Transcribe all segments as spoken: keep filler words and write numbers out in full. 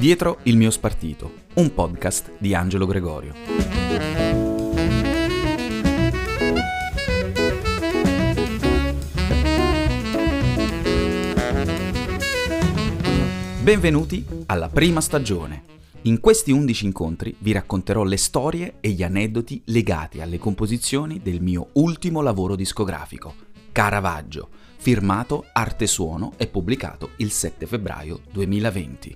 Dietro il mio spartito, un podcast di Angelo Gregorio. Benvenuti alla prima stagione. In questi undici incontri vi racconterò le storie e gli aneddoti legati alle composizioni del mio ultimo lavoro discografico, Caravaggio, firmato Arte Suono e pubblicato il sette febbraio duemilaventi.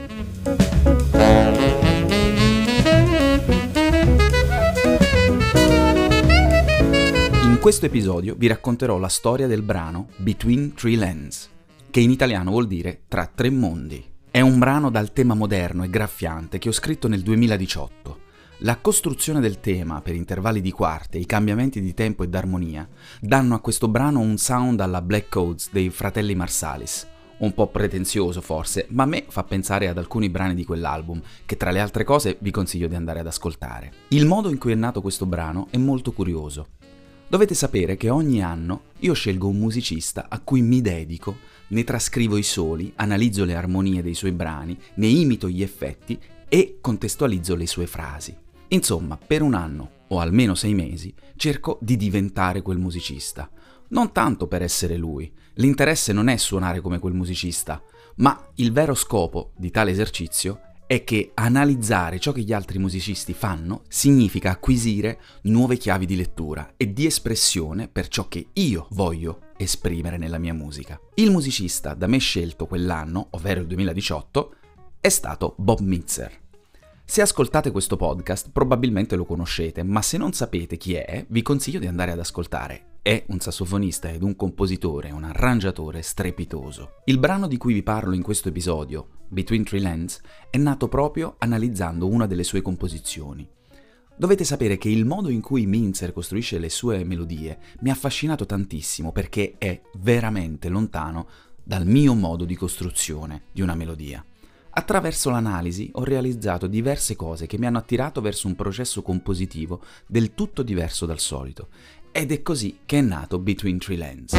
In questo episodio vi racconterò la storia del brano Between Three Lands, che in italiano vuol dire Tra tre mondi. È un brano dal tema moderno e graffiante che ho scritto nel duemiladiciotto. La costruzione del tema per intervalli di quarte e i cambiamenti di tempo e d'armonia danno a questo brano un sound alla Black Codes dei fratelli Marsalis. Un po' pretenzioso forse, ma a me fa pensare ad alcuni brani di quell'album, che tra le altre cose vi consiglio di andare ad ascoltare. Il modo in cui è nato questo brano è molto curioso. Dovete sapere che ogni anno io scelgo un musicista a cui mi dedico, ne trascrivo i soli, analizzo le armonie dei suoi brani, ne imito gli effetti e contestualizzo le sue frasi. Insomma, per un anno, o almeno sei mesi, cerco di diventare quel musicista. Non tanto per essere lui, l'interesse non è suonare come quel musicista, ma il vero scopo di tale esercizio è che analizzare ciò che gli altri musicisti fanno significa acquisire nuove chiavi di lettura e di espressione per ciò che io voglio esprimere nella mia musica. Il musicista da me scelto quell'anno, ovvero il duemiladiciotto, è stato Bob Mintzer. Se ascoltate questo podcast probabilmente lo conoscete, ma se non sapete chi è, vi consiglio di andare ad ascoltare. È un sassofonista ed un compositore, un arrangiatore strepitoso. Il brano di cui vi parlo in questo episodio, Between Three Lands, è nato proprio analizzando una delle sue composizioni. Dovete sapere che il modo in cui Mintzer costruisce le sue melodie mi ha affascinato tantissimo perché è veramente lontano dal mio modo di costruzione di una melodia. Attraverso l'analisi ho realizzato diverse cose che mi hanno attirato verso un processo compositivo del tutto diverso dal solito. Ed è così che è nato Between Three Lands.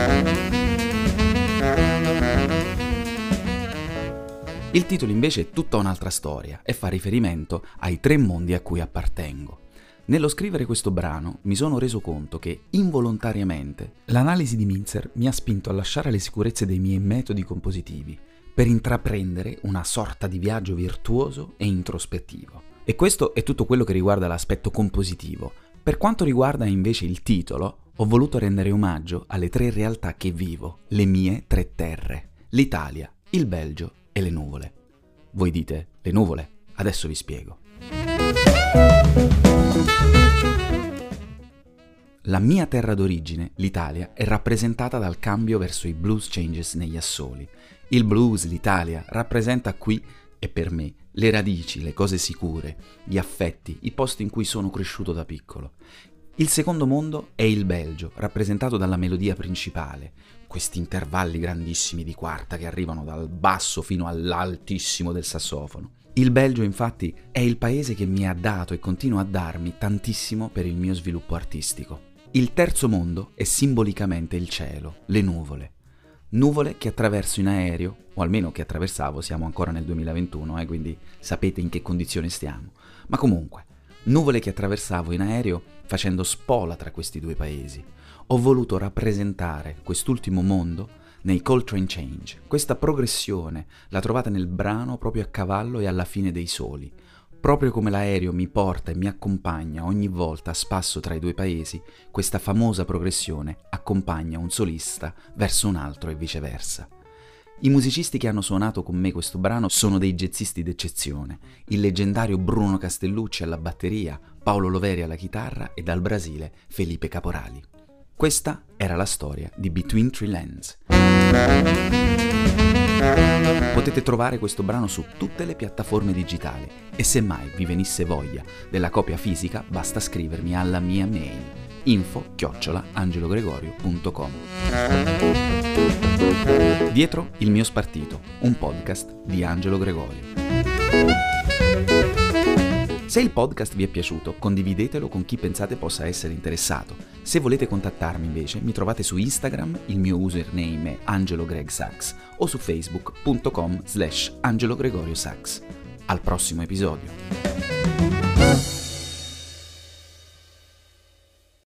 Il titolo invece è tutta un'altra storia e fa riferimento ai tre mondi a cui appartengo. Nello scrivere questo brano mi sono reso conto che, involontariamente, l'analisi di Mintzer mi ha spinto a lasciare le sicurezze dei miei metodi compositivi per intraprendere una sorta di viaggio virtuoso e introspettivo. E questo è tutto quello che riguarda l'aspetto compositivo. Per quanto riguarda invece il titolo, ho voluto rendere omaggio alle tre realtà che vivo, le mie tre terre: l'Italia, il Belgio e le nuvole. Voi dite, le nuvole? Adesso vi spiego. La mia terra d'origine, l'Italia, è rappresentata dal cambio verso i blues changes negli assoli. Il blues, l'Italia, rappresenta qui, e per me, le radici, le cose sicure, gli affetti, i posti in cui sono cresciuto da piccolo. Il secondo mondo è il Belgio, rappresentato dalla melodia principale, questi intervalli grandissimi di quarta che arrivano dal basso fino all'altissimo del sassofono. Il Belgio, infatti, è il paese che mi ha dato e continua a darmi tantissimo per il mio sviluppo artistico. Il terzo mondo è simbolicamente il cielo, le nuvole. Nuvole che attraverso in aereo, o almeno che attraversavo, siamo ancora nel duemilaventuno, eh, quindi sapete in che condizioni stiamo. Ma comunque, nuvole che attraversavo in aereo facendo spola tra questi due paesi. Ho voluto rappresentare quest'ultimo mondo nei Coltrane Change. Questa progressione la trovate nel brano proprio a cavallo e alla fine dei soli. Proprio come l'aereo mi porta e mi accompagna ogni volta a spasso tra i due paesi, questa famosa progressione accompagna un solista verso un altro e viceversa. I musicisti che hanno suonato con me questo brano sono dei jazzisti d'eccezione, il leggendario Bruno Castellucci alla batteria, Paolo Loveri alla chitarra e dal Brasile Felipe Caporali. Questa era la storia di Between Three Lands. Potete trovare questo brano su tutte le piattaforme digitali e se mai vi venisse voglia della copia fisica basta scrivermi alla mia mail info chiocciola angelogregorio punto com. Dietro il mio spartito, un podcast di Angelo Gregorio. Se il podcast vi è piaciuto, condividetelo con chi pensate possa essere interessato. Se volete contattarmi invece mi trovate su Instagram, il mio username è angelogregsax o su facebook punto com slash angelogregoriosax. Al prossimo episodio.